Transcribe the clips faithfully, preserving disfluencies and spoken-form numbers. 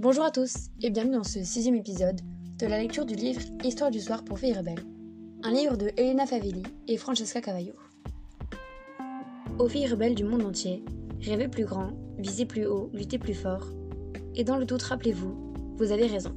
Bonjour à tous et bienvenue dans ce sixième épisode de la lecture du livre Histoire du soir pour filles rebelles, un livre de Elena Favilli et Francesca Cavallo. Aux filles rebelles du monde entier, rêvez plus grand, visez plus haut, luttez plus fort, et dans le doute rappelez-vous, vous avez raison.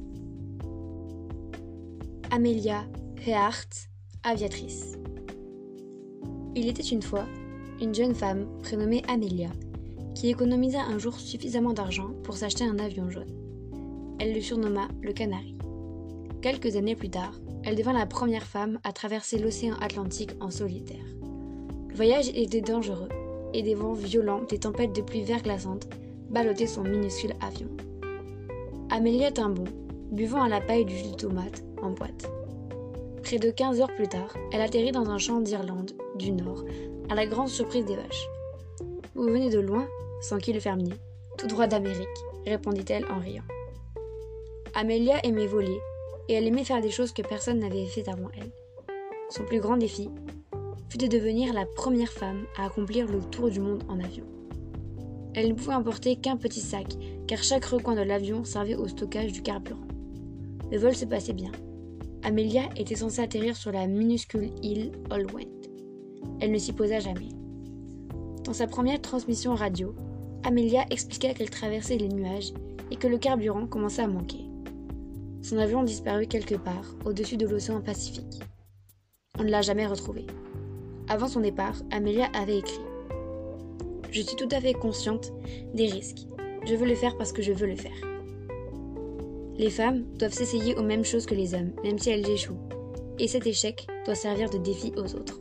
Amelia Earhart, aviatrice. Il était une fois une jeune femme prénommée Amelia qui économisa un jour suffisamment d'argent pour s'acheter un avion jaune. Elle le surnomma le Canari. Quelques années plus tard, elle devint la première femme à traverser l'océan Atlantique en solitaire. Le voyage était dangereux et des vents violents, des tempêtes de pluie verglaçantes ballottaient son minuscule avion. Amelia tint bon, buvant à la paille du jus de tomate en boîte. Près de quinze heures plus tard, elle atterrit dans un champ d'Irlande du Nord, à la grande surprise des vaches. « Vous venez de loin ?» s'enquit le fermier. « Tout droit d'Amérique », répondit-elle en riant. Amelia aimait voler, et elle aimait faire des choses que personne n'avait fait avant elle. Son plus grand défi fut de devenir la première femme à accomplir le tour du monde en avion. Elle ne pouvait emporter qu'un petit sac, car chaque recoin de l'avion servait au stockage du carburant. Le vol se passait bien. Amelia était censée atterrir sur la minuscule île Olwent. Elle ne s'y posa jamais. Dans sa première transmission radio, Amelia expliqua qu'elle traversait les nuages et que le carburant commençait à manquer. Son avion disparut quelque part au-dessus de l'océan Pacifique. On ne l'a jamais retrouvé. Avant son départ, Amelia avait écrit « Je suis tout à fait consciente des risques. Je veux le faire parce que je veux le faire. » Les femmes doivent s'essayer aux mêmes choses que les hommes, même si elles échouent, et cet échec doit servir de défi aux autres.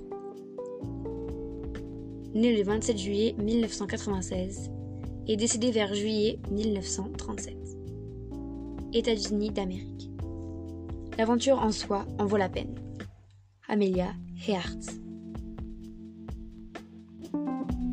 Née le vingt-sept juillet mille neuf cent quatre-vingt-seize et décédée vers juillet mille neuf cent trente-sept. États-Unis d'Amérique. L'aventure en soi en vaut la peine. Amelia Earhart.